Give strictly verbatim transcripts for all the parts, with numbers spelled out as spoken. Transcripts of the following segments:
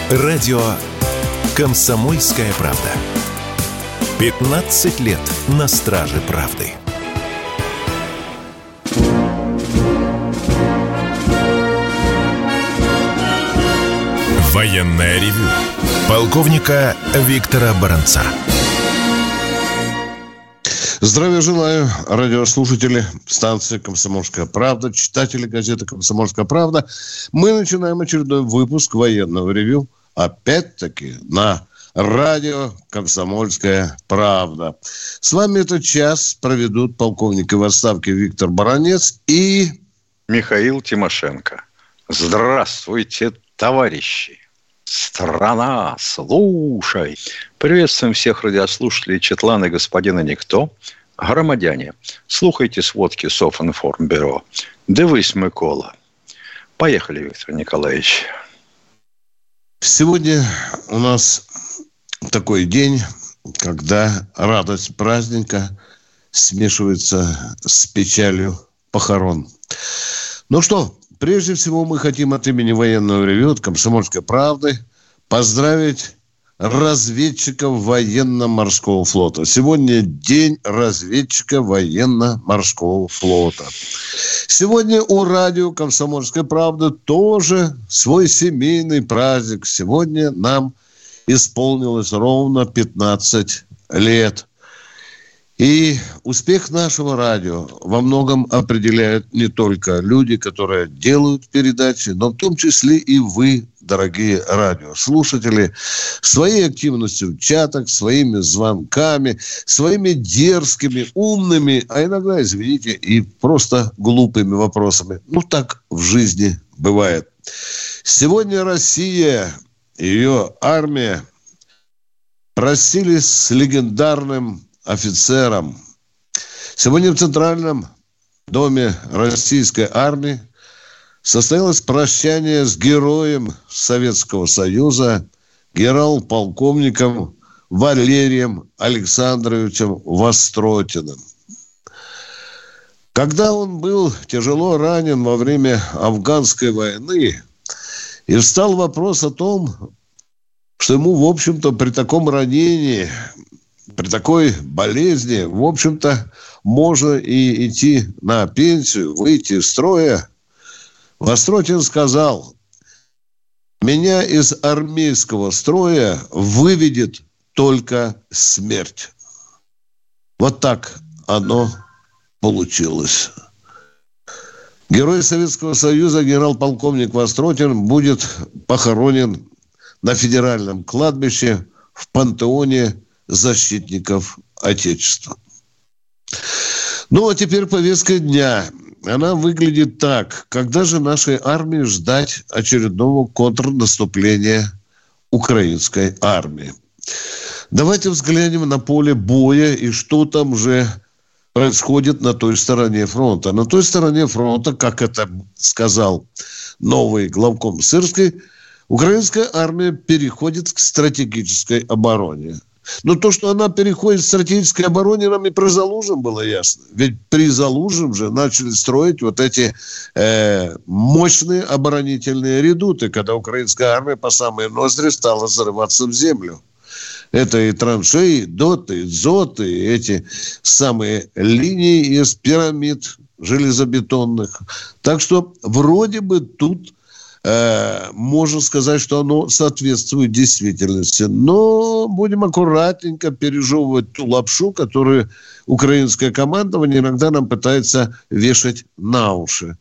Радио «Комсомольская правда». пятнадцать лет на страже правды. Военное ревю полковника Виктора Баранца. Здравия желаю, радиослушатели станции «Комсомольская правда», читатели газеты «Комсомольская правда». Мы начинаем очередной выпуск военного ревю, опять-таки на радио «Комсомольская правда». С вами этот час проведут полковник в отставке Виктор Баранец и Михаил Тимошенко. Здравствуйте, товарищи! Страна, слушай! Приветствуем всех радиослушателей Четлана и господина Никто. Громадяне, слухайте сводки Софинформбюро. Дивись, Микола. Поехали, Виктор Николаевич. Сегодня у нас такой день, когда радость праздника смешивается с печалью похорон. Ну что, прежде всего мы хотим от имени военного ревю, от «Комсомольской правды» поздравить разведчиков военно-морского флота. Сегодня день разведчика военно-морского флота. Сегодня у радио «Комсомольская правда» тоже свой семейный праздник. Сегодня нам исполнилось ровно пятнадцать лет. И успех нашего радио во многом определяют не только люди, которые делают передачи, но в том числе и вы, дорогие радиослушатели, своей активностью в чатах, своими звонками, своими дерзкими, умными, а иногда, извините, и просто глупыми вопросами. Ну, так в жизни бывает. Сегодня Россия, ее армия простились с легендарным офицером. Сегодня в Центральном доме российской армии состоялось прощание с героем Советского Союза, генерал-полковником Валерием Александровичем Востротиным. Когда он был тяжело ранен во время Афганской войны, и встал вопрос о том, что ему, в общем-то, при таком ранении, при такой болезни, в общем-то, можно и идти на пенсию, выйти из строя. Востротин сказал: меня из армейского строя выведет только смерть. Вот так оно получилось. Герой Советского Союза генерал-полковник Востротин будет похоронен на федеральном кладбище в пантеоне защитников Отечества. Ну, а теперь повестка дня. Она выглядит так. Когда же нашей армии ждать очередного контрнаступления украинской армии? Давайте взглянем на поле боя и что там же происходит на той стороне фронта. На той стороне фронта, как это сказал новый главком Сырской, украинская армия переходит к стратегической обороне. Но то, что она переходит к стратегической обороне, нам и при Залужном было ясно. Ведь при Залужном же начали строить вот эти э, мощные оборонительные редуты, когда украинская армия по самые ноздри стала зарываться в землю. Это и траншеи, и доты, и дзоты, и эти самые линии из пирамид железобетонных. Так что вроде бы тут можно сказать, что оно соответствует действительности. Но будем аккуратненько пережевывать ту лапшу, которую украинское командование иногда нам пытается вешать на уши.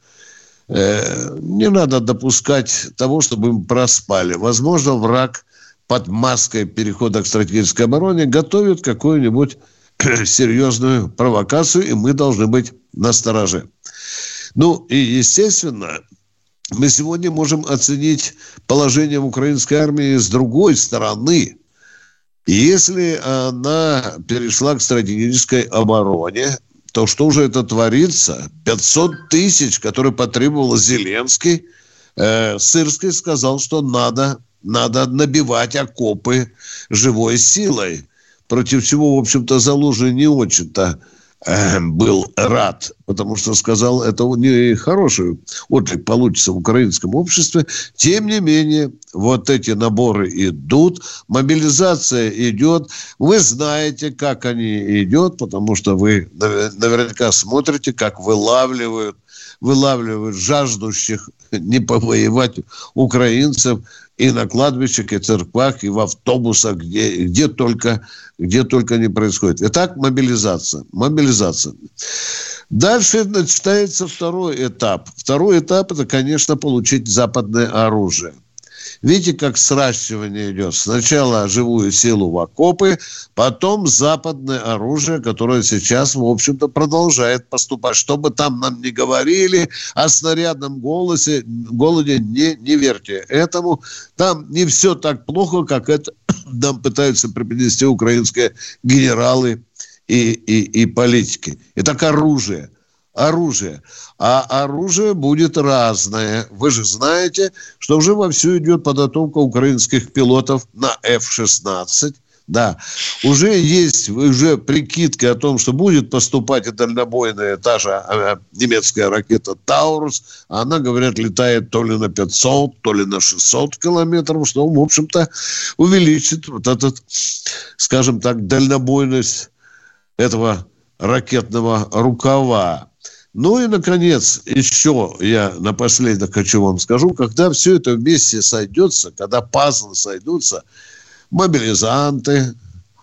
Не надо допускать того, чтобы мы проспали. Возможно, враг под маской перехода к стратегической обороне готовит какую-нибудь серьезную провокацию, и мы должны быть настороже. Ну и, естественно, мы сегодня можем оценить положение украинской армии с другой стороны. Если она перешла к стратегической обороне, то что же это творится? пятьсот тысяч, которые потребовал Зеленский, э, Сырский сказал, что надо, надо набивать окопы живой силой. Против чего, в общем-то, Залужный не очень-то был рад, потому что сказал, это не хороший отклик получится в украинском обществе. Тем не менее, вот эти наборы идут, мобилизация идет. Вы знаете, как они идут, потому что вы наверняка смотрите, как вылавливают, вылавливают жаждущих не повоевать украинцев и на кладбищах, и церквах, и в автобусах, где, где, только, где только не происходит. Итак, мобилизация. Мобилизация. Дальше начинается второй этап. Второй этап – это, конечно, получить западное оружие. Видите, как сращивание идет. Сначала живую силу в окопы, потом западное оружие, которое сейчас, в общем-то, продолжает поступать. Что бы там нам ни говорили о снарядном голосе, голоде, не, не верьте этому. Там не все так плохо, как это нам пытаются преподнести украинские генералы и, и, и политики. Итак, оружие. Оружие. А оружие будет разное. Вы же знаете, что уже вовсю идет подготовка украинских пилотов на эф шестнадцать. Да, уже есть уже прикидки о том, что будет поступать и дальнобойная та же э, немецкая ракета «Таурус». Она, говорят, летает то ли на пятьсот, то ли на шестьсот километров, что, в общем-то, увеличит вот этот, скажем так, дальнобойность этого ракетного рукава. Ну и, наконец, еще я напоследок хочу вам скажу, когда все это вместе сойдется, когда пазлы сойдутся, мобилизанты,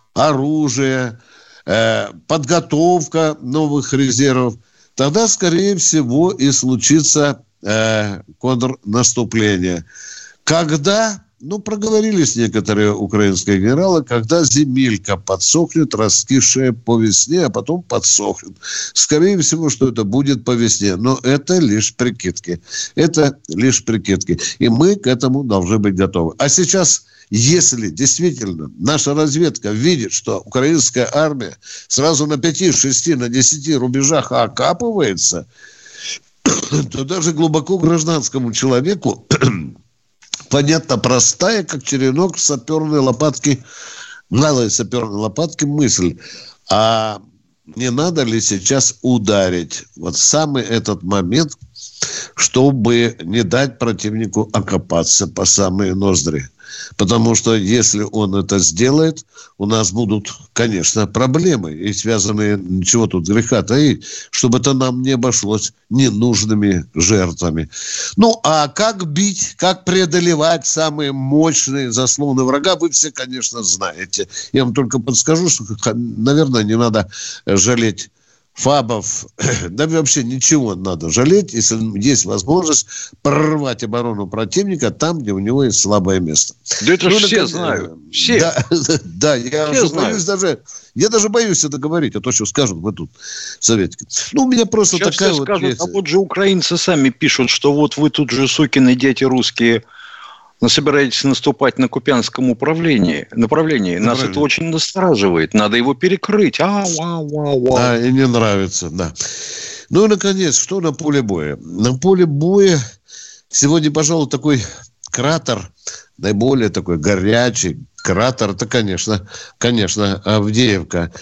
оружие, э, подготовка новых резервов, тогда, скорее всего, и случится э, контрнаступление. Когда... Ну, проговорились некоторые украинские генералы, когда земелька подсохнет, раскисшая по весне, а потом подсохнет. Скорее всего, что это будет по весне. Но это лишь прикидки. Это лишь прикидки. И мы к этому должны быть готовы. А сейчас, если действительно наша разведка видит, что украинская армия сразу на пяти, шести, на десяти рубежах окапывается, то даже глубоко гражданскому человеку понятно, простая, как черенок в саперной лопатке, малой саперной лопатке мысль. А не надо ли сейчас ударить? Вот самый этот момент, чтобы не дать противнику окопаться по самые ноздри. Потому что если он это сделает, у нас будут, конечно, проблемы. И связанные, ничего тут греха таить, чтобы это нам не обошлось ненужными жертвами. Ну, а как бить, как преодолевать самые мощные заслоны врага, вы все, конечно, знаете. Я вам только подскажу, что, наверное, не надо жалеть фабов, да вообще ничего надо жалеть, если есть возможность прорвать оборону противника там, где у него есть слабое место. Да это ну, же все наконец, знают. Все. Да, да я уже боюсь даже, я даже боюсь это говорить, а то, что скажут вы тут, советики. Ну, у меня просто сейчас такая все вот... скажут, версия. а вот же украинцы сами пишут, что вот вы тут же, сукины дети русские, собираетесь наступать на Купянском управлении, направлении. Нас Правильно. это очень настораживает. Надо его перекрыть. Ау, ау, ау, ау. Да, и не нравится, да. Ну и, наконец, что на поле боя? На поле боя сегодня, пожалуй, такой кратер, наиболее такой горячий кратер, это, конечно, конечно, Авдеевка.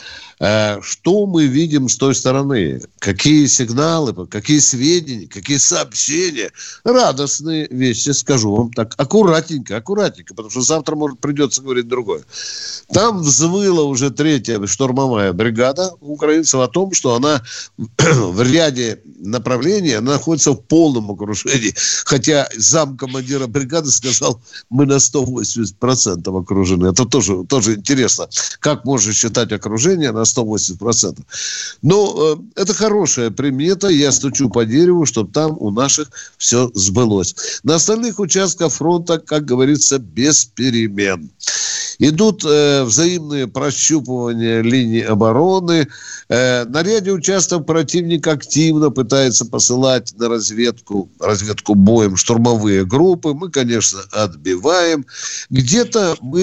Что мы видим с той стороны? Какие сигналы, какие сведения, какие сообщения? Радостные вещи, скажу вам так, аккуратненько, аккуратненько, потому что завтра, может, придется говорить другое. Там взвыла уже третья штурмовая бригада украинцев о том, что она в ряде направлений она находится в полном окружении. Хотя замкомандира бригады сказал, мы на сто восемьдесят процентов окружены. Это тоже, тоже интересно. Как можно считать окружение на сто восемьдесят процентов? Но э, это хорошая примета. Я стучу по дереву, чтобы там у наших все сбылось. На остальных участках фронта, как говорится, без перемен. Идут э, взаимные прощупывания линий обороны. Э, на ряде участков противник активно пытается посылать на разведку, разведку боем штурмовые группы. Мы, конечно, отбиваем. Где-то мы,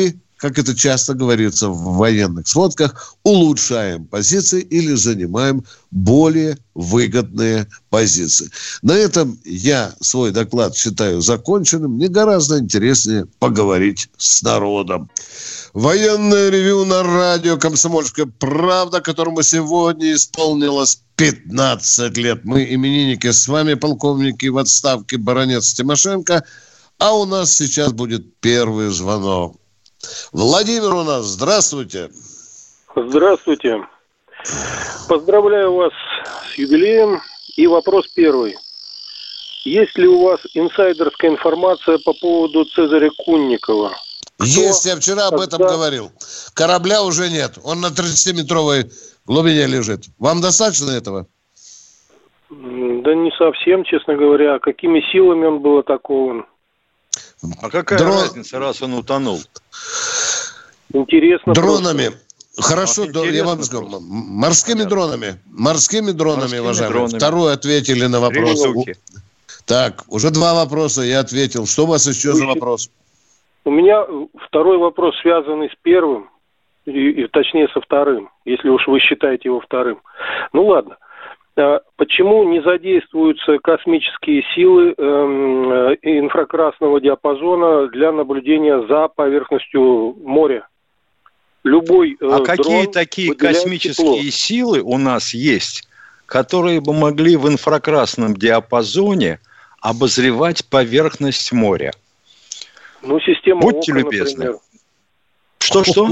как это часто говорится в военных сводках, улучшаем позиции или занимаем более выгодные позиции. На этом я свой доклад считаю законченным. Мне гораздо интереснее поговорить с народом. Военное ревю на радио «Комсомольская правда», которому сегодня исполнилось пятнадцать лет. Мы именинники, с вами полковники в отставке баронец Тимошенко. А у нас сейчас будет первый звонок. Владимир у нас, здравствуйте. Здравствуйте. Поздравляю вас с юбилеем. И вопрос первый. Есть ли у вас инсайдерская информация по поводу Цезаря Кунникова? Кто, Есть, я вчера об этом когда... говорил. Корабля уже нет. Он на тридцатиметровой глубине лежит. Вам достаточно этого? Да не совсем, честно говоря. Какими силами он был атакован? А какая Дрон... разница, раз он утонул? Интересно. Дронами. Просто. Хорошо, А, я вам скажу. просто. Морскими Понятно. дронами. Морскими дронами, Морскими уважаемые. дронами. Второй ответили на вопрос. Три Так, уже два вопроса я ответил. Что у вас еще за вопрос? У меня второй вопрос, связанный с первым, и, и, точнее со вторым, если уж вы считаете его вторым. Ну ладно. Почему не задействуются космические силы э, инфракрасного диапазона для наблюдения за поверхностью моря? Любой э, А какие дрон такие выделяет космические тепло. силы у нас есть, которые бы могли в инфракрасном диапазоне обозревать поверхность моря? Ну, система Будьте Ока, любезны. например. Что-что?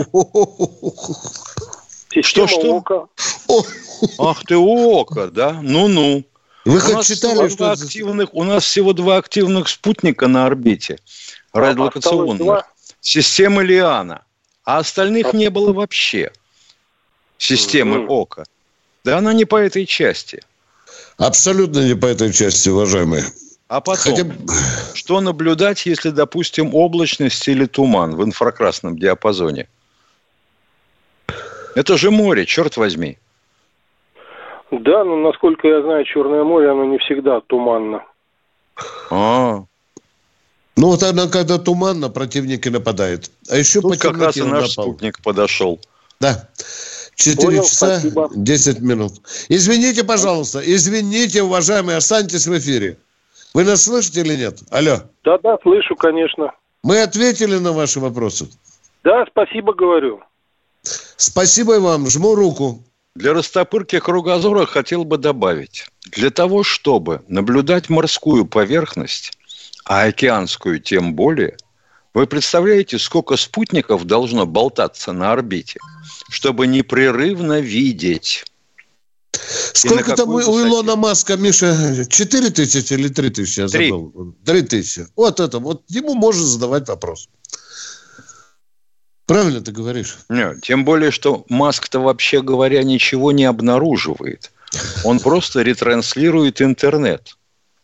Система Что-что? Ока. Ах ты, око, да? Ну-ну. Вы У хоть нас, читали, всего что два это? активных, у нас всего два активных спутника на орбите, А, осталось радиолокационных, два? системы Лиана, а остальных не было вообще, системы Мгм. Ока. Да она не по этой части. Абсолютно не по этой части, уважаемые. А потом, Хотя... что наблюдать, если, допустим, облачность или туман в инфракрасном диапазоне? Это же море, черт возьми. Да, но насколько я знаю, Черное море, оно не всегда туманно. А, Ну, вот она, когда туманно, противник и нападает. А еще по тут как раз темноте и он наш напал. спутник подошел. Да. Четыре Понял, часа, спасибо. десять минут. Извините, пожалуйста, извините, уважаемые, останьтесь в эфире. Вы нас слышите или нет? Алло. Да-да, слышу, конечно. Мы ответили на ваши вопросы. Да, спасибо, говорю. Спасибо вам, жму руку. Для растопырки кругозора хотел бы добавить. Для того, чтобы наблюдать морскую поверхность, а океанскую тем более, вы представляете, сколько спутников должно болтаться на орбите, чтобы непрерывно видеть? Сколько там у высоте? Илона Маска, Миша? Четыре тысячи или три тысячи? Я Три. забыл. Три тысячи. Вот это. Вот ему можно задавать вопрос. Правильно ты говоришь? Нет, тем более, что Маск-то, вообще говоря, ничего не обнаруживает. Он просто ретранслирует интернет.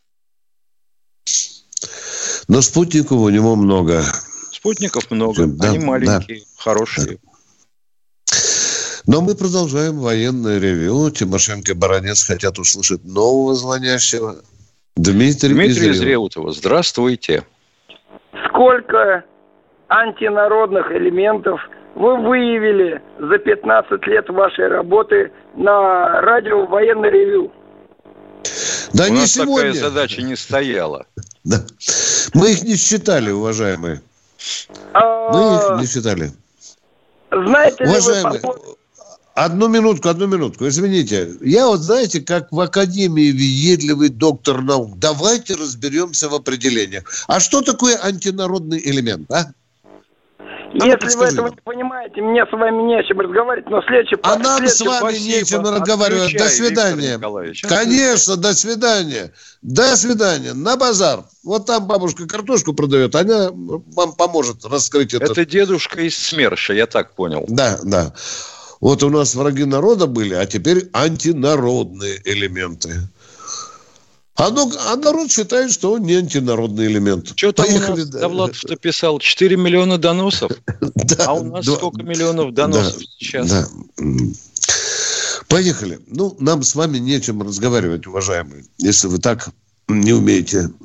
Но спутников у него много. Спутников много, Да, они маленькие, да. хорошие. Но мы продолжаем военное ревю. Тимошенко и Баранец хотят услышать нового звонящего. Дмитрий, Дмитрий из из Реутова, здравствуйте. Сколько антинародных элементов вы выявили за пятнадцать лет вашей работы на радио «Военное ревю»? Да У не нас сегодня. такая задача не стояла. Да. Мы их не считали, уважаемые. А, Мы их не считали. знаете ли Уважаемые, вы... одну минутку, одну минутку, извините. Я вот, знаете, как в Академии въедливый доктор наук. Давайте разберемся в определениях. А что такое антинародный элемент, а? А ну, Если вы подскажи этого нам. не понимаете, мне с вами не о чем разговаривать, но следующий... А нам с следующий- вами спасибо. нечем разговаривать. Отключай, До свидания. Виктор Николаевич. Конечно, до свидания. До свидания. На базар. Вот там бабушка картошку продает. Она вам поможет раскрыть это. Это дедушка из СМЕРШа, я так понял. Да, да. Вот у нас враги народа были, а теперь антинародные элементы. А, ну, а народ считает, что он не антинародный элемент. Что там у Поехали, нас да. Довлатов-то писал? четыре миллиона доносов? Да, А у нас да, сколько миллионов доносов да, сейчас? да. Поехали. Ну, нам с вами нечем разговаривать, уважаемые, если вы так не умеете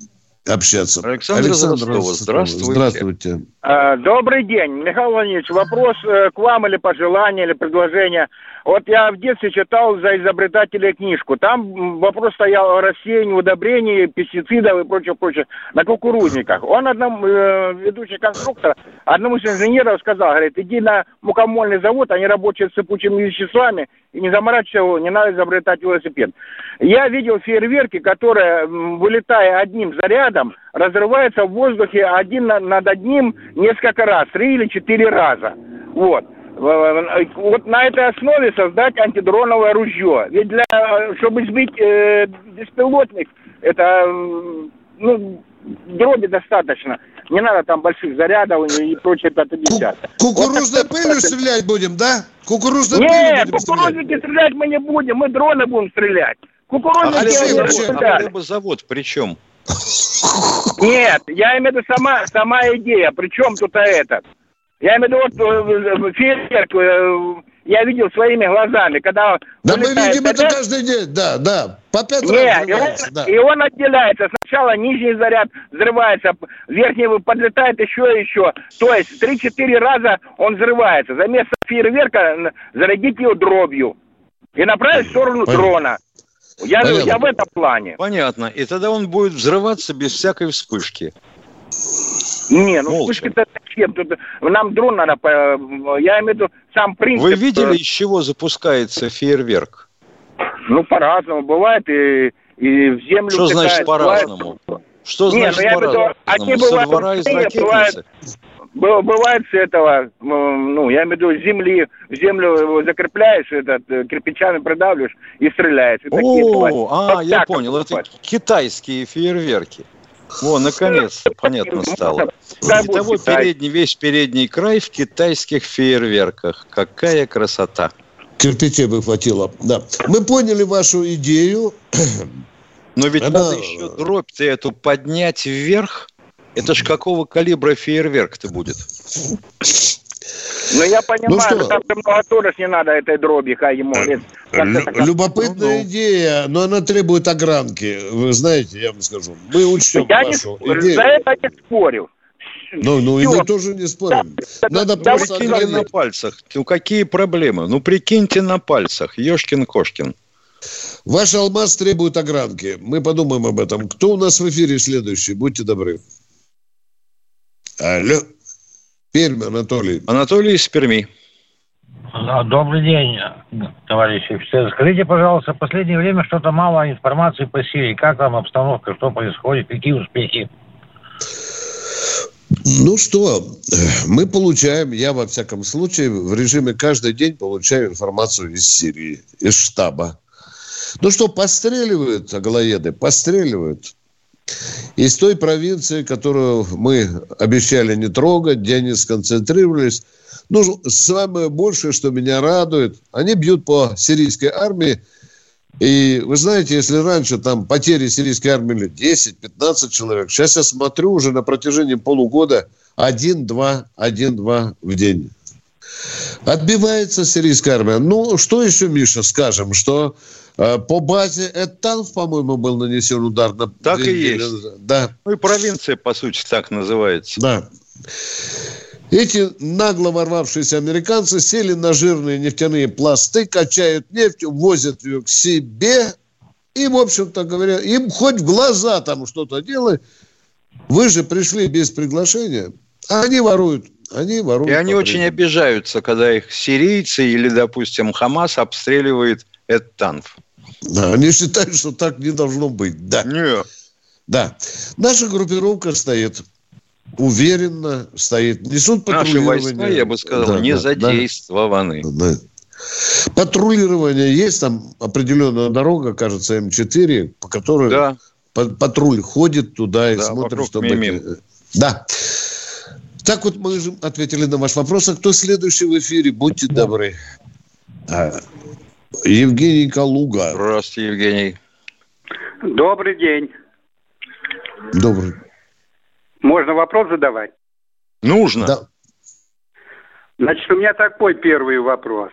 общаться. Александр, Александр Ростова, здравствуйте. Здравствуйте. Добрый день, Михаил Владимирович. Вопрос к вам или пожелание, или предложение. Вот я в детстве читал «За изобретателя» книжку. Там вопрос стоял о рассеянии удобрений, пестицидов и прочее, прочее на кукурузниках. Он одному, э, ведущий конструктор, одному из инженеров сказал, говорит, иди на мукомольный завод, они работают с сыпучими веществами, и не заморачивайся, не надо изобретать велосипед. Я видел фейерверки, которые, вылетая одним зарядом, разрываются в воздухе один над одним несколько раз, три или четыре раза. Вот. Вот на этой основе создать антидроновое ружье. Ведь для, чтобы сбить э, беспилотник, это, ну, дроби достаточно. Не надо там больших зарядов и прочее пятьдесят. Кукурузной вот пылью стрелять будем, да? Кукурузной Нет, пылью будем кукурузники стрелять. стрелять мы не будем, мы дроны будем стрелять. Кукурузники... А, Алексей, а хлебозавод при чем? Нет, я имею в виду сама, сама идея. При чем тут это? Я имею в виду, вот фейерверк я видел своими глазами, когда... Да мы видим заряд, это каждый день, да, да. По пять нет, раз и он, да. и он отделяется. Сначала нижний заряд взрывается, верхний подлетает еще и еще. То есть три-четыре раза он взрывается. За место фейерверка зарядить его дробью и направить в сторону Понятно. дрона. Я, я в этом плане. Понятно. И тогда он будет взрываться без всякой вспышки. Не, ну Молча. вспышки-то зачем? Тут нам дрон надо... Я имею в виду сам принцип... Вы видели, из чего запускается фейерверк? Ну, по-разному. Бывает и, и в землю... Что втыкает, значит по-разному? Бывает... Что Не, значит ну, я по-разному? виду, они Со бывают двора из быстрее, ракетницы? Бывает, бывает с этого, ну, я имею в виду, с земли, в землю его закрепляешь, этот, кирпичами придавливаешь и стреляешь. И О, а, вот я так понял. Это бывает. китайские фейерверки. О, наконец-то понятно стало. Итого передний, весь передний край в китайских фейерверках. Какая красота. Кирпичей бы хватило, да. Мы поняли вашу идею. Но ведь Она... надо еще дробь-то эту поднять вверх. Это ж какого калибра фейерверк-то будет? Ну, я понимаю, Ну, что там много тоже не надо этой дроби, хай ему. Лю- любопытная Ну, ну. идея, но она требует огранки. Вы знаете, я вам скажу. Мы учтем Я не вашу спорю, идею. за это не спорю. Ну, ну и Всё. мы тоже не спорим. Надо Я просто вот Прикиньте на огранить. пальцах. Ну, какие проблемы? Ну, прикиньте на пальцах. Ёшкин-кошкин. Ваш алмаз требует огранки. Мы подумаем об этом. Кто у нас в эфире следующий? Будьте добры. Алло. Пермь, Анатолий. Анатолий из Перми. Добрый день, товарищи офицеры. Скажите, пожалуйста, в последнее время что-то мало информации по Сирии. Как там обстановка, что происходит, какие успехи? Ну что, мы получаем, я во всяком случае, в режиме каждый день получаю информацию из Сирии, из штаба. Ну что, постреливают аглоеды, постреливают. Из той провинции, которую мы обещали не трогать, где они сконцентрировались. Ну, самое большее, что меня радует, они бьют по сирийской армии. И вы знаете, если раньше там потери сирийской армии были десять-пятнадцать человек, сейчас я смотрю уже на протяжении полугода один-два, один-два в день. Отбивается сирийская армия. Ну, что еще, Миша, скажем, что э, по базе Эттанф, по-моему, был нанесен удар. На Так и недели есть. назад. Да. Ну и провинция, по сути, так называется. Да. Эти нагло ворвавшиеся американцы сели на жирные нефтяные пласты, качают нефть, возят ее к себе. И, в общем-то говоря, им хоть в глаза там что-то делай. Вы же пришли без приглашения, а они воруют. Они воруют. И они очень обижаются, когда их сирийцы или, допустим, Хамас обстреливает Эттанф. Да, они считают, что так не должно быть. Да. Нет. Да. Наша группировка стоит уверенно, стоит. Несут Наши патрулирование. войска, я бы сказал, Да, не да, задействованы. Да. Патрулирование есть, там определенная дорога, кажется, эм четыре, по которой Да. патруль ходит туда и Да, смотрит, вокруг чтобы... мимим. Да. Так вот мы же ответили на ваш вопрос. А кто следующий в эфире? Будьте добры. А, Евгений Калуга. Здравствуйте, Евгений. Добрый день. Добрый. Можно вопрос задавать? Нужно. Да. Значит, у меня такой первый вопрос.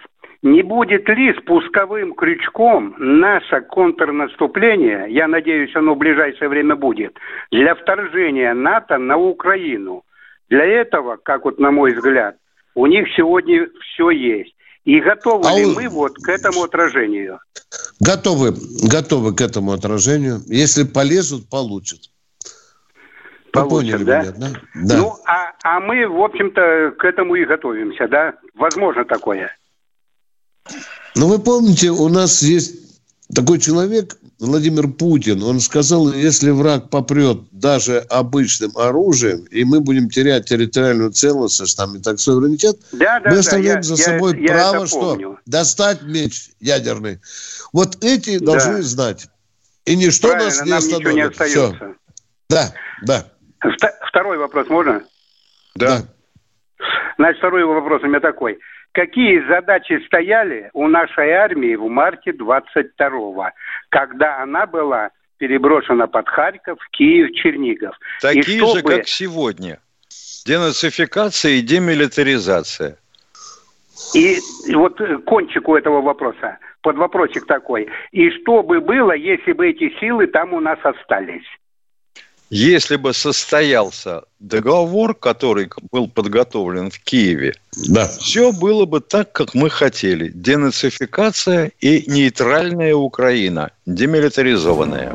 не будет ли спусковым крючком наше контрнаступление, я надеюсь, оно в ближайшее время будет, для вторжения НАТО на Украину? Для этого, как вот на мой взгляд, у них сегодня все есть. И готовы а ли он... мы вот к этому отражению? Готовы, готовы к этому отражению. Если полезут, получат. Получат, да? Меня, да? Да. Ну, а, а мы, в общем-то, к этому и готовимся, да? Возможно такое. Ну, вы помните, у нас есть такой человек, Владимир Путин. Он сказал, если враг попрет даже обычным оружием, и мы будем терять территориальную целостность там, и так суверенитет, да, да, мы оставляем да, за я, собой я, право, я что достать меч ядерный. Вот эти да. должны знать. И ничто Правильно, нас не нам остановит. Ничего не остается. Все. Да, да. Второй вопрос можно? Да. Значит, второй вопрос у меня такой. Какие задачи стояли у нашей армии в марте двадцать второго, когда она была переброшена под Харьков, Киев, Чернигов? Такие и чтобы... же, как сегодня. Денацификация и демилитаризация. И вот кончику этого вопроса, под вопросик такой. И что бы было, если бы эти силы там у нас остались? Если бы состоялся договор, который был подготовлен в Киеве, да. все было бы так, как мы хотели. Денацификация и нейтральная Украина, демилитаризованная.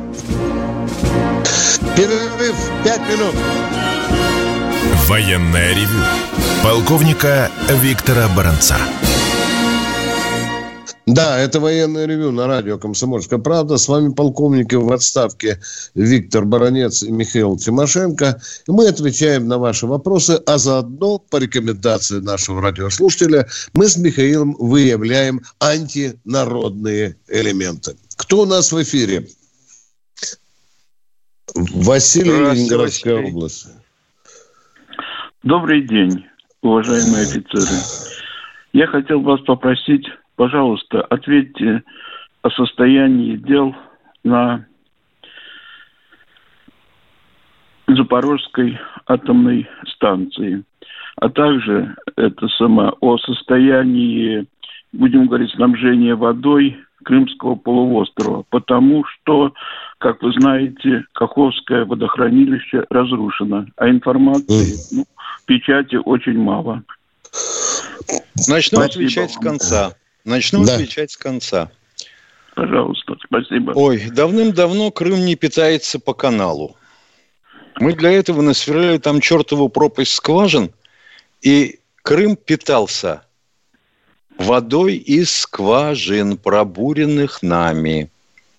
Перерыв пять минут. Военное ревю полковника Виктора Баранца. Да, это военное ревю на радио «Комсомольская правда». С вами полковники в отставке Виктор Баранец и Михаил Тимошенко. И мы отвечаем на ваши вопросы, а заодно, по рекомендации нашего радиослушателя, мы с Михаилом выявляем антинародные элементы. Кто у нас в эфире? Василий, Ленинградская Василий. область. Добрый день, уважаемые офицеры. Я хотел вас попросить, пожалуйста, ответьте о состоянии дел на Запорожской атомной станции, а также это самое, о состоянии, будем говорить, снабжения водой Крымского полуострова, потому что, как вы знаете, Каховское водохранилище разрушено, а информации ну, в печати очень мало. Начну Спасибо отвечать вам. с конца. Начну Да. отвечать с конца. Пожалуйста, спасибо. Ой, давным-давно Крым не питается по каналу. Мы для этого насверлили там чертову пропасть скважин, и Крым питался водой из скважин, пробуренных нами.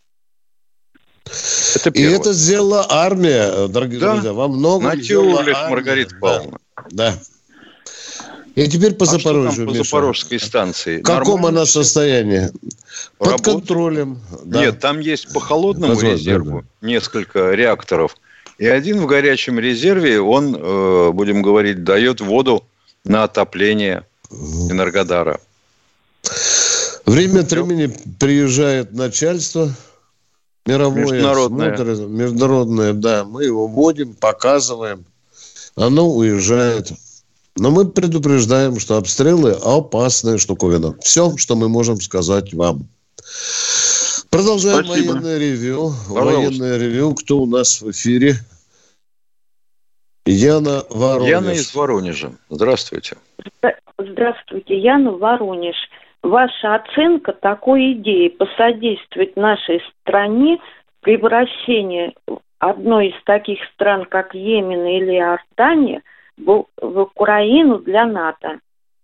Это И первое. это сделала армия, дорогие Да. друзья. Во многом Натюрлих, сделала армия. Маргарита Да. Павловна. Да. И теперь по А что Запорожью, там по Миша? Запорожской станции? В каком Нормально она всё? состоянии? Под Работает? контролем. Да. Нет, там есть по холодному Позволь, резерву несколько реакторов. И один в горячем резерве, он, э, будем говорить, дает воду на отопление Энергодара. Время от времени приезжает начальство мировое, Международное. смотрит, международное, да, мы его вводим, показываем, оно уезжает. Но мы предупреждаем, что обстрелы опасная штуковина. Все, что мы можем сказать вам. Продолжаем Спасибо. военное ревью. Пожалуйста. Военное ревью. Кто у нас в эфире? Яна Воронеж. Яна из Воронежа. Здравствуйте. Здравствуйте, Яна, Воронеж. Ваша оценка такой идеи посодействовать нашей стране в превращении одной из таких стран, как Йемен или Иордания, в, в Украину для НАТО?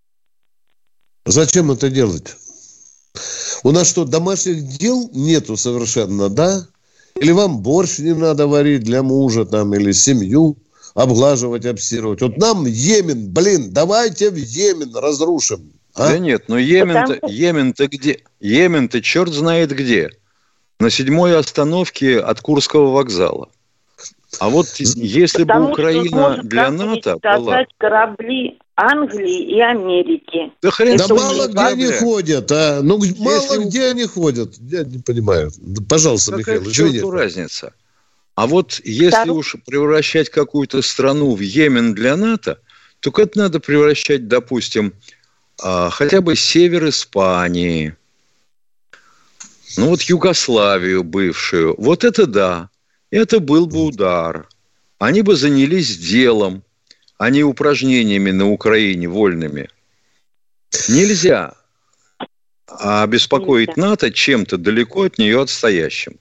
Зачем это делать? У нас что, домашних дел нету совершенно, да? Или вам борщ не надо варить для мужа там, или семью обглаживать, обстирывать? Вот нам Йемен, блин, давайте в Йемен разрушим. А? Да нет, но Йемен-то, Потому- Йемен-то где? Йемен-то черт знает где. На седьмой остановке от Курского вокзала. А вот если Потому бы Украина что может для как-нибудь НАТО была... сказать корабли Англии и Америки. Да хрен Да там мало не где они правда. ходят, а? Ну, мало Если- где они ходят. Я не понимаю. Да, пожалуйста, Какая Михаил, к черту извините. разница? А вот если Второй- уж превращать какую-то страну в Йемен для НАТО, то это надо превращать, допустим, а, хотя бы север Испании, ну вот Югославию бывшую, вот это да, это был бы удар. Они бы занялись делом, а не упражнениями на Украине вольными. Нельзя обеспокоить НАТО чем-то далеко от нее отстоящим.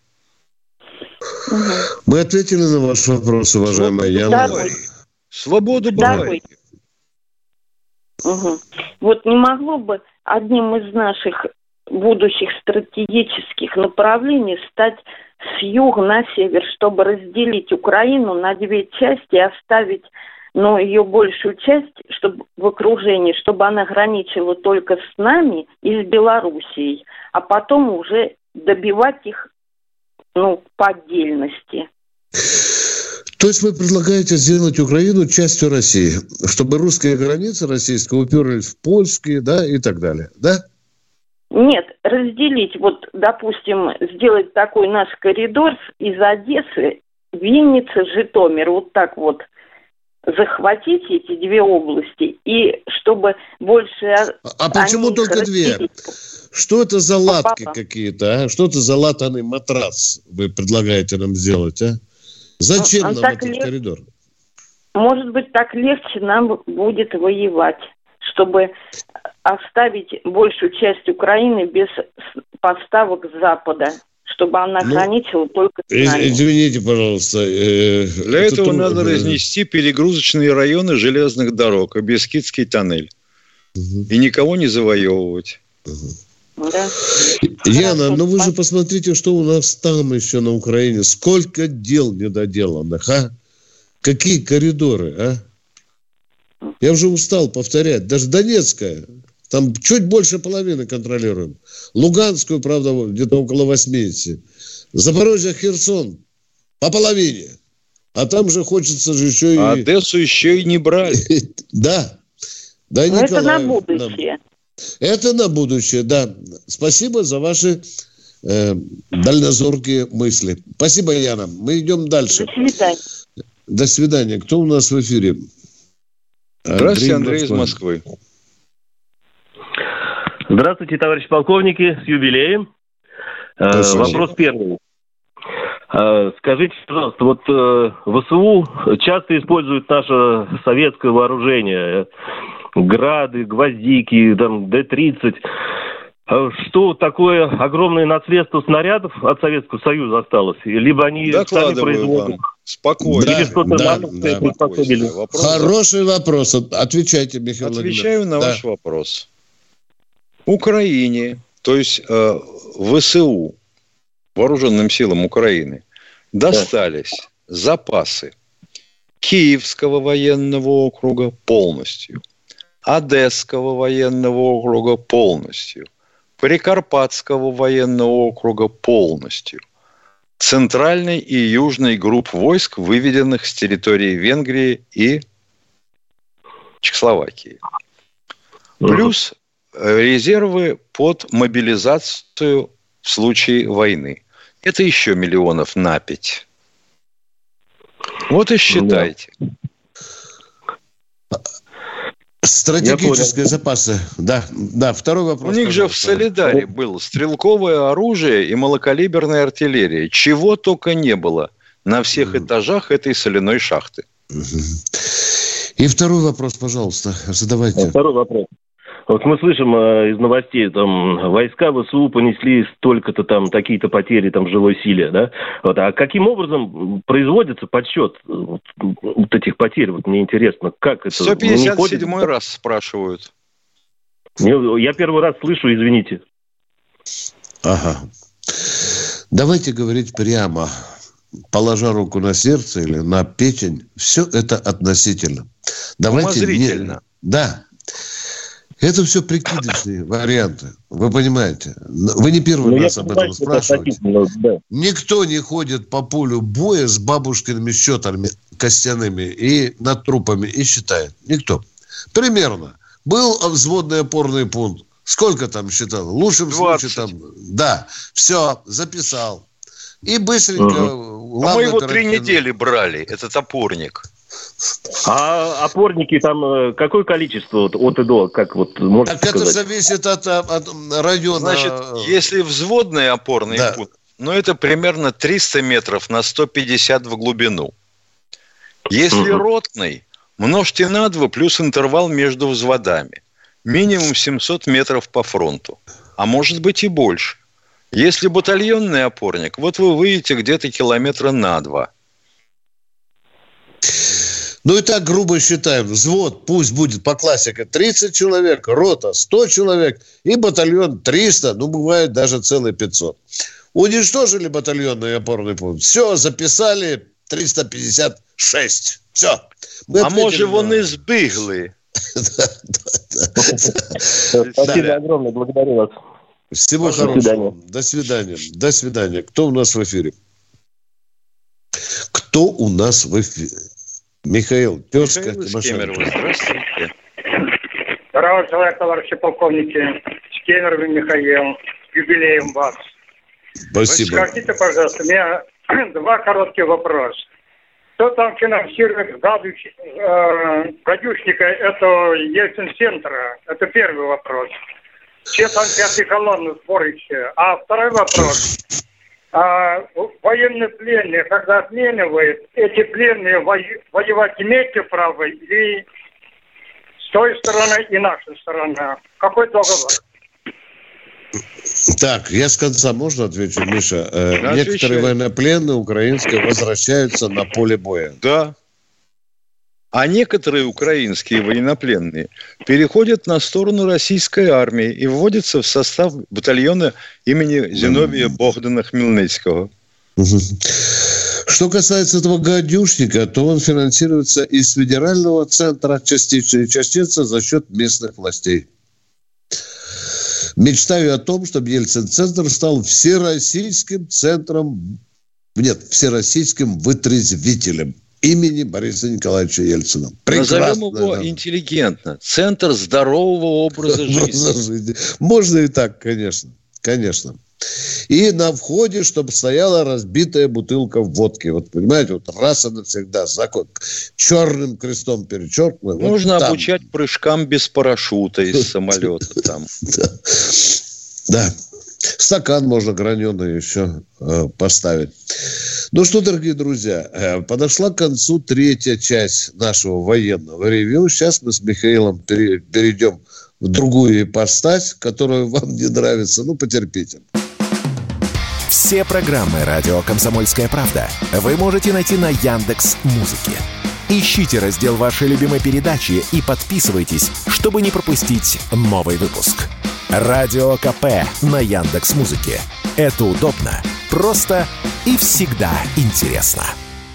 Мы ответили на ваш вопрос, уважаемая Яна. Свободу бывает. Угу. Вот не могло бы одним из наших будущих стратегических направлений стать с юга на север, чтобы разделить Украину на две части и оставить, ну, ее большую часть, чтобы в окружении, чтобы она граничила только с нами и с Белоруссией, а потом уже добивать их, ну, по отдельности. То есть вы предлагаете сделать Украину частью России, чтобы русские границы российские уперлись в польские, да, и так далее, да? Нет, разделить, вот, допустим, сделать такой наш коридор из Одессы, Винницы, Житомир, вот так вот захватить эти две области, и чтобы больше... А, а почему только две? Что это за латки Папа. какие-то, а? Что это за латаный матрас вы предлагаете нам сделать, а? Зачем Он нам так этот лег... коридор? Может быть, так легче нам будет воевать, чтобы оставить большую часть Украины без поставок с Запада, чтобы она ну, граничила только с нами. Извините, пожалуйста. Э, Для это этого надо э, разнести перегрузочные районы железных дорог, Бескидский тоннель. Угу. И никого не завоевывать. Угу. Да. Яна, ну вы же посмотрите, что у нас там еще на Украине. Сколько дел недоделанных, а? Какие коридоры, а? Я уже устал повторять. Даже Донецкая, там чуть больше половины контролируем. Луганскую, правда, где-то около восемьдесят. Запорожье, Херсон по половине. А там же хочется же еще и... А Одессу еще и не брали. Да. Да, Николай, это на будущее. Это на будущее, да. Спасибо за ваши э, дальнозоркие мысли. Спасибо, Яна. Мы идем дальше. До свидания. До свидания. Кто у нас в эфире? Здравствуйте, Андрей, Андрей из Москвы. Здравствуйте, товарищи полковники, с юбилеем. Э, вопрос первый. Э, скажите, пожалуйста, вот э, ВСУ часто используют наше советское вооружение. Грады, гвоздики, там, Д тридцать. Что такое огромное наследство снарядов от Советского Союза осталось? Либо они сами производят? Вам. Спокойно. Да, Или что-то да, да. Вопрос. Хороший вопрос. Отвечайте, Михаил Владимирович. Отвечаю на да. ваш вопрос. Украине, то есть э, ВСУ, Вооруженным силам Украины, достались да. запасы Киевского военного округа полностью, Одесского военного округа полностью, Прикарпатского военного округа полностью, центральной и южной групп войск, выведенных с территории Венгрии и Чехословакии. Плюс резервы под мобилизацию в случае войны. Это еще миллионов на пять. Вот и считайте. Стратегические запасы. Да, да. Второй вопрос. У них же в Солидаре было стрелковое оружие и малокалиберная артиллерия. Чего только не было на всех mm. этажах этой соляной шахты. Mm-hmm. И второй вопрос, пожалуйста, задавайте. Второй вопрос. Вот мы слышим э, из новостей, там, войска ВСУ понесли столько-то там, такие-то потери там в живой силе, да? Вот, а каким образом производится подсчет вот, вот этих потерь? Вот мне интересно, как это... сто пятьдесят седьмой раз спрашивают. Я первый раз слышу, извините. Ага. Давайте говорить прямо, положа руку на сердце или на печень, все это относительно. Давайте Умозрительно. Не... Да. Это все прикидочные варианты. Вы понимаете? Вы не первый ну, раз об этом спрашиваете. Да. Никто не ходит по полю боя с бабушкиными счетами костяными и над трупами и считает. Никто. Примерно. Был взводный опорный пункт. Сколько там считал? В лучшем двадцать. Случае там... Да. Все. Записал. И быстренько... Угу. А мы его три недели брали, этот опорник. А опорники там какое количество вот, от и до, как вот можно так сказать? Это зависит от, от района. Значит, если взводный опорный да. пункт, ну, это примерно триста метров на сто пятьдесят в глубину. Если угу. ротный, множьте на два плюс интервал между взводами. Минимум семьсот метров по фронту. А может быть и больше. Если батальонный опорник, вот вы выйдете где-то километра на два. Ну и так грубо считаем. Взвод пусть будет по классике тридцать человек, рота сто человек и батальон триста, ну бывает даже целый пятьсот. Уничтожили батальонный опорный пункт. Все, записали триста пятьдесят шесть. Все. А может, вон и сбегли. Спасибо огромное, благодарю вас. Всего хорошего. До свидания. До свидания. Кто у нас в эфире? Кто у нас в эфире? Михаил, тезка. Здравствуйте. Здравия желаю, товарищи полковники. Кемерово Михаил. С юбилеем вас. Спасибо. Вы скажите, пожалуйста, у меня два коротких вопроса. Кто там финансирует гадуч, э, гадюшника этого Ельцин-центра? Это первый вопрос. Все там пятый колонны сборище. А второй вопрос. А, военные пленные, когда отменивают, эти пленные вои- воевать имеете право? И с той стороны, и наша сторона. Какой договор? Так, я с конца можно отвечу, Миша? Э, да, некоторые отвечай. военнопленные украинские возвращаются на поле боя. Да. А некоторые украинские военнопленные переходят на сторону российской армии и вводятся в состав батальона имени Зиновия Богдана Хмельницкого. Что касается этого гадюшника, то он финансируется из федерального центра частично и частично за счет местных властей. Мечтаю о том, чтобы Ельцин-центр стал всероссийским центром, нет, всероссийским вытрезвителем имени Бориса Николаевича Ельцина. Назовем его да. интеллигентно. Центр здорового образа жизни. Можно и так, конечно. Конечно. И на входе, чтобы стояла разбитая бутылка водки. Вот, понимаете, вот раз и навсегда закон. Черным крестом перечеркнут. Нужно вот обучать прыжкам без парашюта из самолета. Там. Да. да. Стакан можно граненый еще э, поставить. Ну что, дорогие друзья, э, подошла к концу третья часть нашего военного ревью. Сейчас мы с Михаилом пере, перейдем в другую ипостась, которая вам не нравится. Ну, потерпите. Все программы «Радио Комсомольская правда» вы можете найти на Яндекс.Музыке. Ищите раздел вашей любимой передачи и подписывайтесь, чтобы не пропустить новый выпуск. Радио КП на Яндекс.Музыке. Это удобно, просто и всегда интересно.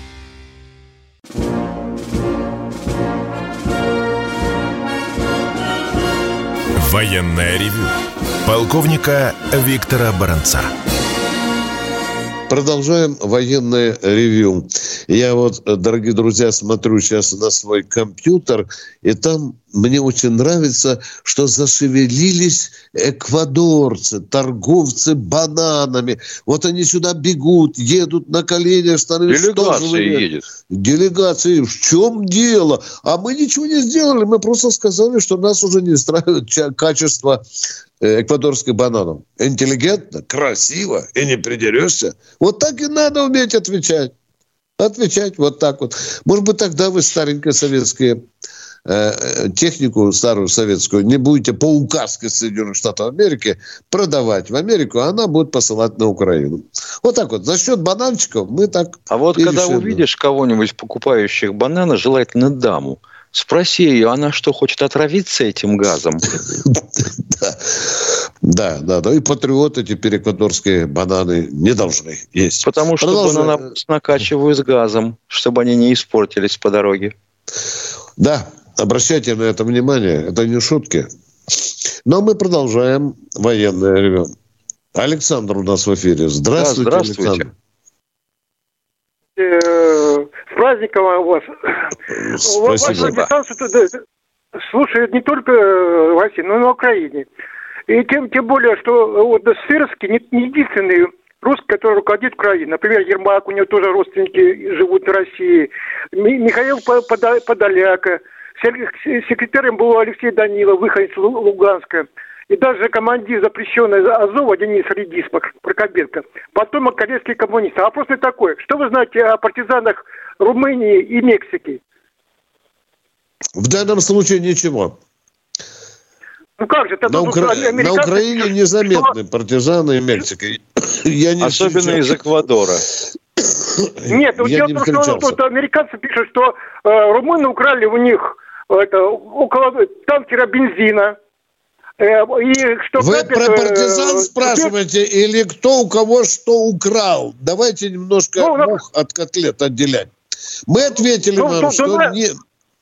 Военное ревю полковника Виктора Баранца. Продолжаем военное ревью. Я вот, дорогие друзья, смотрю сейчас на свой компьютер, и там мне очень нравится, что зашевелились эквадорцы, торговцы бананами. Вот они сюда бегут, едут на коленях. Делегация едет. Делегация. В чем дело? А мы ничего не сделали. Мы просто сказали, что нас уже не устраивает качество эквадорских бананов. Интеллигентно, красиво и не придерешься. Вот так и надо уметь отвечать. Отвечать вот так вот. Может быть, тогда вы старенькие советские э, технику, старую советскую, не будете по указке Соединенных Штатов Америки продавать в Америку, а она будет посылать на Украину. Вот так вот. За счет бананчиков мы так... А вот когда решим. Увидишь кого-нибудь, покупающих бананы, желательно даму, спроси ее, она что, хочет отравиться этим газом? Да, да, да. И патриоты теперь эквадорские бананы не должны есть. Потому что бананы накачивают с газом, чтобы они не испортились по дороге. Да, обращайте на это внимание. Это не шутки. Но мы продолжаем военное ревю. Александр у нас в эфире. Здравствуйте, да, здравствуйте. Александр. С праздником вас. Спасибо. Вашу дистанцию слушают не только в России, но и на Украине. И тем, тем более, что вот Сырский не, не единственный русский, который руководит Украиной. Например, Ермак, у него тоже родственники живут в России. Михаил Подоляка. Секретарем был Алексей Данилов, выходец Луганска. И даже командир запрещенной Азова Денис Редис Прокопенко. Потом корейские коммунисты. Вопрос такой. Что вы знаете о партизанах Румынии и Мексики? В данном случае ничего. Ну как же? Это на, Укра... на Украине незаметны что... партизаны Мексики. Я не Особенно встречал. Из Эквадора. Нет, вот дело в том, что вот, американцы пишут, что э, румыны украли у них это, около танкера бензина. Э, и что Вы капит, про партизан э, спрашиваете э, или кто у кого что украл? Давайте немножко ну, мух ну, от котлет отделять. Мы ответили ну, вам, ну, что ну, не...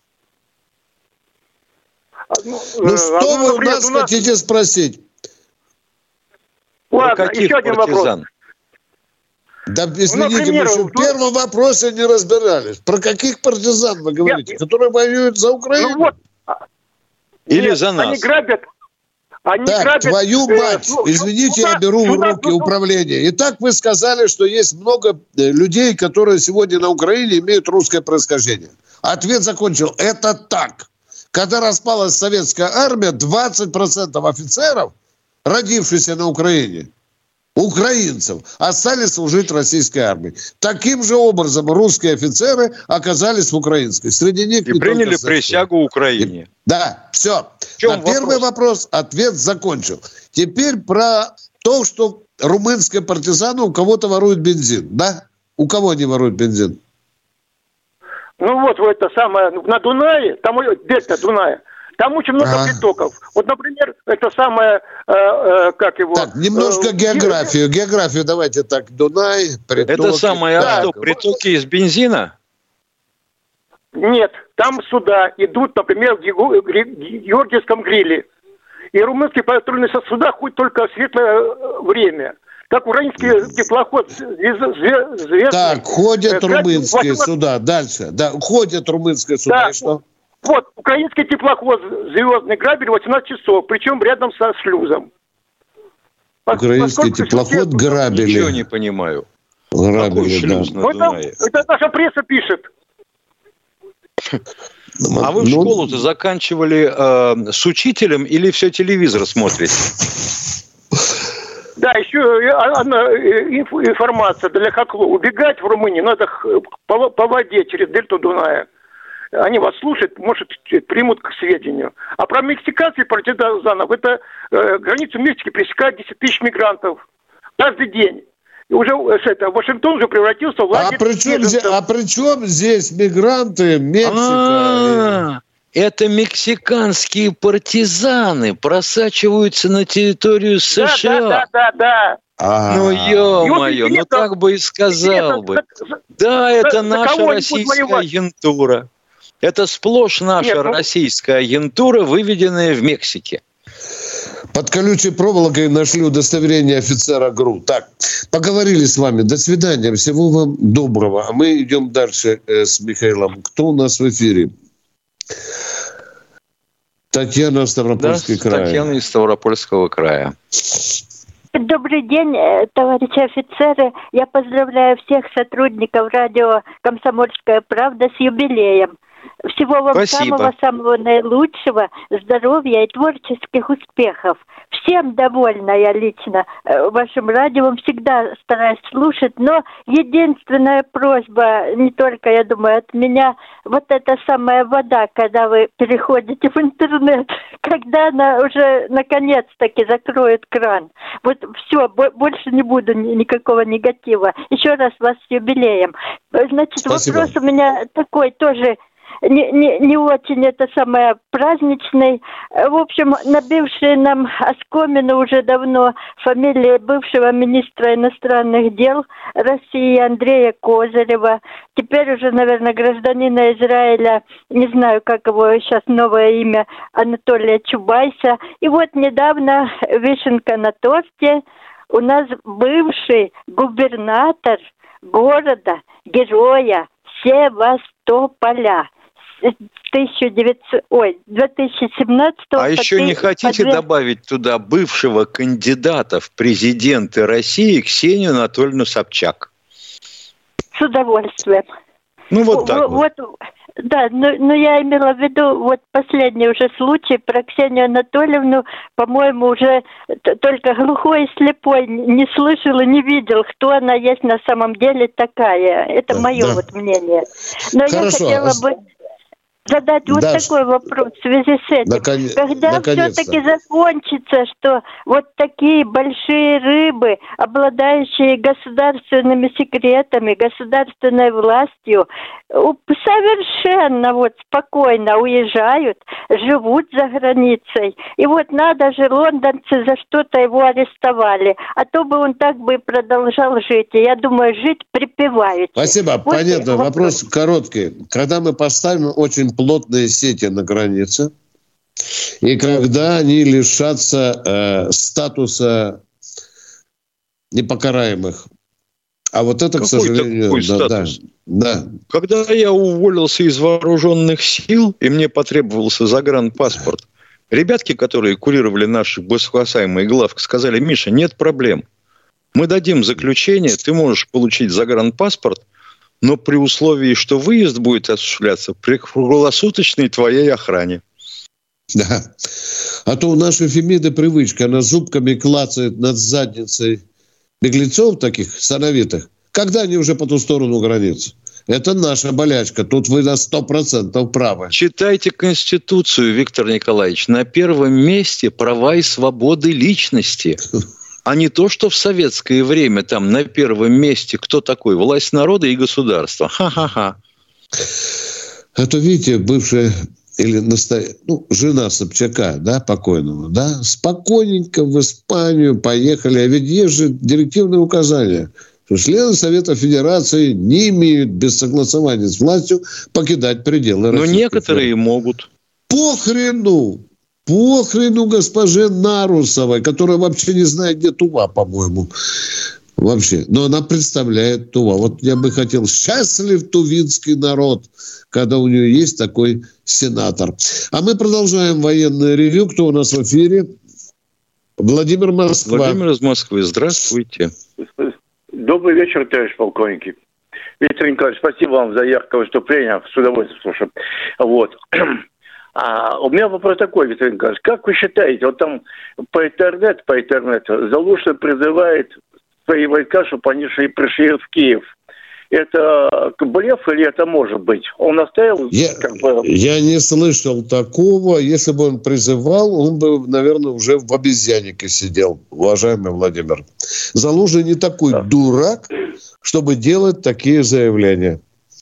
Ну, ну что ну, вы например, у нас, у нас хотите спросить? Ладно, еще один партизан? Вопрос. Да, извините, ну, например, мы еще в первом вопросе не разбирались. Про каких партизан вы говорите? Я... Которые воюют за Украину? Ну, вот. Или Нет, за нас? Они грабят. Они так, грабят, твою мать, э, извините, сюда, я беру в сюда, руки сюда. управление. Итак, вы сказали, что есть много людей, которые сегодня на Украине имеют русское происхождение. Ответ закончил. Это так. Когда распалась советская армия, двадцать процентов офицеров, родившихся на Украине, украинцев, остались служить российской армии. Таким же образом русские офицеры оказались в украинской. Среди них и приняли присягу Украине. И, да, все. На вопрос? Первый вопрос ответ закончил. Теперь про то, что румынские партизаны у кого-то воруют бензин. Да? У кого они воруют бензин? Ну вот, вот это самое, на Дунае, там дельта Дуная, там очень много а. притоков. Вот, например, это самое, э, э, как его... Так, немножко э, географию, географию давайте так, Дунай, притоки... Это самое, а что, притоки из бензина? Нет, там суда идут, например, в Георгиевском гриле. И румынские патрульные суда ходят только в светлое время. Так, украинский теплоход Звездный... Так, ходят румынские суда. Дальше. Да, ходят румынские суда. Да. И что? Вот, украинский теплоход Звездный грабили восемнадцать часов, причем рядом со шлюзом. Украинский теплоход грабили. Ничего не понимаю. Грабили, да. Ну, это, это наша пресса пишет. А вы в ну, школу-то заканчивали э, с учителем или все телевизор смотрите? Да, еще одна информация для Хакло. Убегать в Румынии надо по, по воде через дельту Дуная. Они вас слушают, может, примут к сведению. А про мексиканских партизанов, это э, границу Мексики пересекают десять тысяч мигрантов каждый день. И уже это, Вашингтон уже превратился в лагерь. А при чем, здесь, а при чем здесь мигранты, Мексика? А-а-а. Это мексиканские партизаны просачиваются на территорию США. Да, да, да, да. А-а-а. Ну, ё-моё, ну так бы и сказал бы. Да, это наша российская агентура. Это сплошь наша российская агентура, выведенная в Мексике. Под колючей проволокой нашли удостоверение офицера ГРУ. Так, поговорили с вами. До свидания. Всего вам доброго. А мы идем дальше э, с Михаилом. Кто у нас в эфире? Татьяна, Ставропольский да, край. Татьяна из Ставропольского края. Добрый день, товарищи офицеры. Я поздравляю всех сотрудников радио «Комсомольская правда» с юбилеем. Всего вам самого-самого наилучшего, здоровья и творческих успехов. Всем довольна я лично вашим радио, всегда стараюсь слушать, но единственная просьба, не только, я думаю, от меня, вот эта самая вода, когда вы переходите в интернет, когда она уже наконец-таки закроет кран. Вот все, больше не буду никакого негатива. Еще раз вас с юбилеем. Значит, Спасибо. Вопрос у меня такой тоже... Не, не, не очень это самое праздничный. В общем, набившие нам оскомину уже давно фамилии бывшего министра иностранных дел России Андрея Козырева. Теперь уже, наверное, гражданина Израиля, не знаю, как его сейчас новое имя, Анатолия Чубайса. И вот недавно вишенка на торте. У нас бывший губернатор города, героя Севастополя. тысяча девятьсот, ой, две тысячи семнадцатого. А еще не хотите по... добавить туда бывшего кандидата в президенты России Ксению Анатольевну Собчак? С удовольствием. Ну, вот так вот. вот. Да, но, но я имела в виду вот последний уже случай про Ксению Анатольевну, по-моему, уже т- только глухой и слепой не слышал и не видел, кто она есть на самом деле такая. Это да, мое да. вот мнение. Но Хорошо. я хотела бы задать вот да. такой вопрос в связи с этим. Након... Когда все-таки закончится, что вот такие большие рыбы, обладающие государственными секретами, государственной властью, совершенно вот спокойно уезжают, живут за границей. И вот надо же, лондонцы за что-то его арестовали. А то бы он так бы и продолжал жить. И я думаю, жить припеваючи. Спасибо. Вот понятно. Вопрос. вопрос короткий. Когда мы поставим очень плотные сети на границе, и когда они лишатся э, статуса непокараемых. А вот это, Какой к сожалению... Такой да, статус? Да, да. Когда я уволился из вооруженных сил, и мне потребовался загранпаспорт, ребятки, которые курировали наши высокоусаемые главки, сказали: Миша, нет проблем. Мы дадим заключение, ты можешь получить загранпаспорт, но при условии, что выезд будет осуществляться при круглосуточной твоей охране. Да. А то у нашей Фемиды привычка, она зубками клацает над задницей беглецов таких сановитых, когда они уже по ту сторону границы. Это наша болячка. Тут вы на сто процентов правы. Читайте Конституцию, Виктор Николаевич. На первом месте права и свободы личности. А не то, что в советское время там на первом месте кто такой? Власть народа и государства. Ха-ха-ха. А то, видите, бывшая или настоя... ну, жена Собчака, да, покойного, да, спокойненько в Испанию поехали. А ведь есть же директивные указания, что члены Совета Федерации не имеют без согласования с властью покидать пределы России. Но некоторые могут. Похрену! Похрену госпоже Нарусовой, которая вообще не знает, где Тува, по-моему. Вообще. Но она представляет Тува. Вот я бы хотел, счастлив тувинский народ, когда у нее есть такой сенатор. А мы продолжаем военное ревью. Кто у нас в эфире? Владимир Москва. Владимир из Москвы. Здравствуйте. Добрый вечер, товарищ полковники. Виктор Николаевич, спасибо вам за яркое выступление. С удовольствием слушаю. Вот. А у меня вопрос такой, Виктор Николаевич. Как вы считаете, вот там по интернету, по интернету Залужный призывает свои войска, чтобы они шли, пришли в Киев. Это блеф или это может быть? Он оставил... Я, как бы... я не слышал такого. Если бы он призывал, он бы, наверное, уже в обезьяннике сидел, уважаемый Владимир. Залужный не такой да. дурак, чтобы делать такие заявления.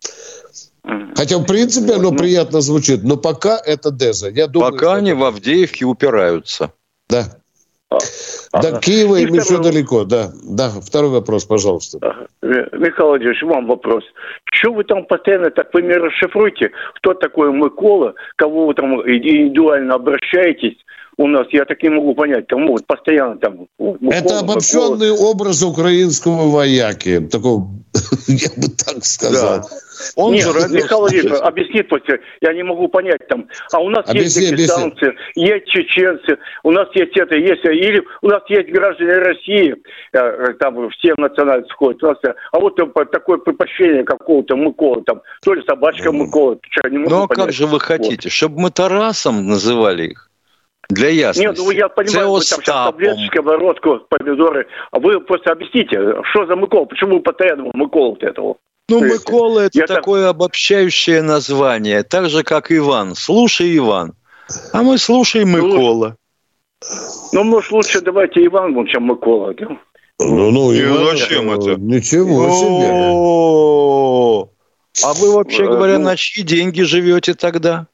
Хотя, в принципе, оно ну, приятно звучит, но пока это деза. Я думаю, пока они это... в Авдеевке упираются. Да. А, До ага. Киева им еще далеко, да. Да, второй вопрос, пожалуйста. Ага. Михаил Владимирович, вам вопрос. Что вы там постоянно так вы мне расшифруете? Кто такой Микола? Кого вы там индивидуально обращаетесь? У нас, я так не могу понять, кому вот постоянно там... Микола, это обобщенный Микола. Образ украинского вояки. Такого, я бы так сказал. Да. Он Нет, же Михаил Владимирович, объяснит после, я не могу понять там. А у нас объясни, есть дагестанцы, есть чеченцы, у нас есть это, есть, или у нас есть граждане России, там все национальности входят. У нас, а вот такое предпочтение какого-то Микола, там, то ли собачка Микола. Ну а как же вы хотите, вот. Чтобы мы Тарасом называли их? Для ясности. Нет, ну я понимаю, вы там сейчас таблеточки, сковородку, помидоры. А вы просто объясните, что за Микола? Почему вы постоянно Микола вот этого? Ну, Микола – это я такое так... обобщающее название, так же, как Иван. Слушай, Иван. А мы слушаем Микола. Ну, может, лучше давайте Иван, чем Микола. Ну, ну, и зачем это? Ничего себе. А вы, вообще говоря, на чьи деньги живете тогда?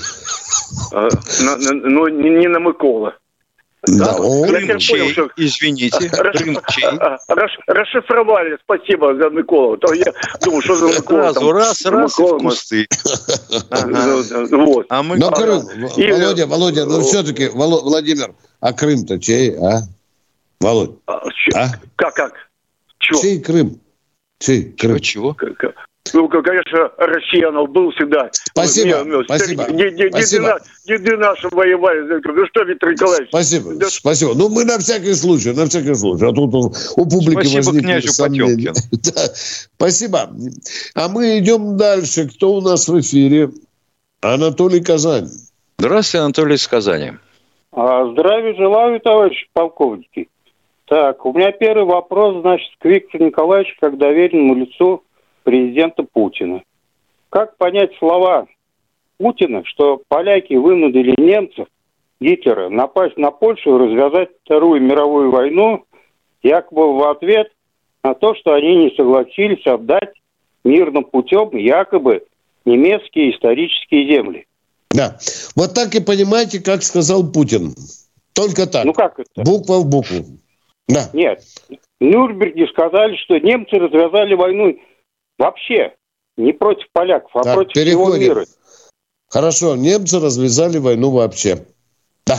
Ну, не на Микола. Да, Крым чей, что... извините, Крым чей. Расшифровали, спасибо за Миколу. То я думаю, что за Микола. Сразу раз, раз и в кусты. А мы... Володя, Володя, ну все-таки, Владимир, а Крым-то чей, а? Володь, а? Как, как? Чей Крым? Чей Крым? Чего? Ну, конечно, россиянов был всегда. Спасибо, Вот, спасибо. Не, не, спасибо. Не, не, не наши воевали. Ну что, Виктор Николаевич? Спасибо, да... спасибо. Ну, мы на всякий случай, на всякий случай. А тут у, у публики спасибо возникли князю сомнения. Да, спасибо. А мы идем дальше. Кто у нас в эфире? Анатолий, Казань. Здравствуйте, Анатолий из Казани. Здравия желаю, товарищи полковники. Так, у меня первый вопрос, значит, к Виктору Николаевичу, как доверенному лицу президента Путина. Как понять слова Путина, что поляки вынудили немцев, Гитлера, напасть на Польшу и развязать Вторую мировую войну, якобы в ответ на то, что они не согласились отдать мирным путем якобы немецкие исторические земли? Да. Вот так и понимаете, как сказал Путин. Только так. Ну как это? Буква в букву. Да. Нет. В Нюрнберге сказали, что немцы развязали войну вообще не против поляков, а так, против переходим. всего мира. Хорошо, немцы развязали войну вообще. Да.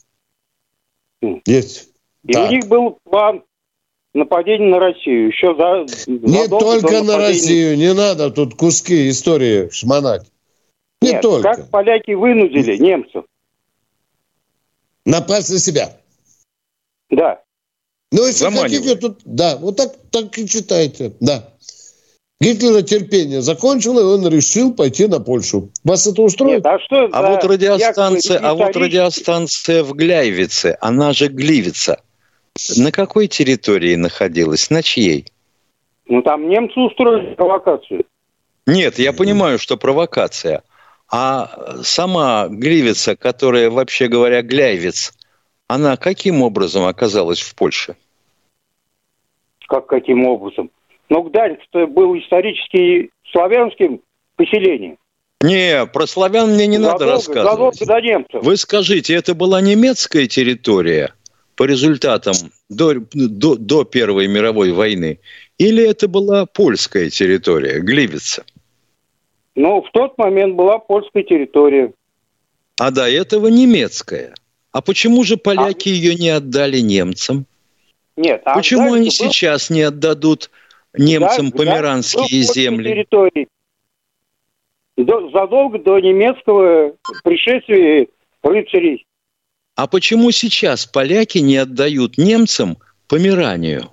Mm. Есть. И так. у них был план нападения на Россию. Еще за, не только на Россию, не надо тут куски истории шмонать. Не Нет, только. Как поляки вынудили немцев? Напасть на себя. Да. Ну, если хотите, то да, вот так, так и читайте. Да. Гитлера терпение закончило, и он решил пойти на Польшу. Вас это устроит? Нет, а что а вот радиостанция, а вот радиостанция в Гляйвице, она же Гливица. На какой территории находилась? На чьей? Ну, там немцы устроили провокацию. Нет, я понимаю, что провокация. А сама Гливица, которая, вообще говоря, Гляйвиц, она каким образом оказалась в Польше? Как каким образом? Ну, Гданьск был исторически славянским поселением. Не, про славян мне не задолго, надо рассказывать. Задолго до немцев. Вы скажите, это была немецкая территория по результатам до, до, до Первой мировой войны? Или это была польская территория, Гливица? Ну, в тот момент была польская территория. А до этого немецкая. А почему же поляки а... ее не отдали немцам? Нет. А почему они был... сейчас не отдадут немцам да, померанские да, земли? Территории. До, задолго до немецкого пришествия рыцарей. А почему сейчас поляки не отдают немцам Померанию?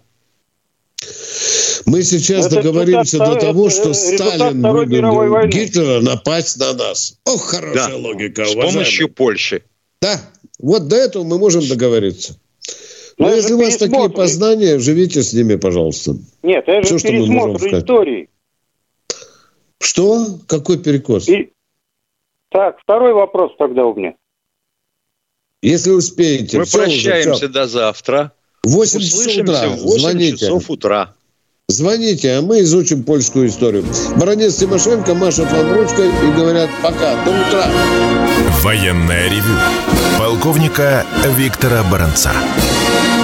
Мы сейчас это договоримся до того, что Сталин вынудил Гитлера напасть на нас. Ох, хорошая да, логика, с уважаемый. помощью Польши. Да, вот до этого мы можем договориться. Но, Но если у вас такие познания, живите с ними, пожалуйста. Нет, это же Все, пересмотр истории. Что? Какой перекос? И... Так, второй вопрос тогда у меня. Если успеете. Мы прощаемся уже, до завтра. восемь часов утра. восемь часов утра. Звоните, а мы изучим польскую историю. Баронец Тимошенко машет вам ручкой и говорят пока, до утра. Военное ревю полковника Виктора Баранца.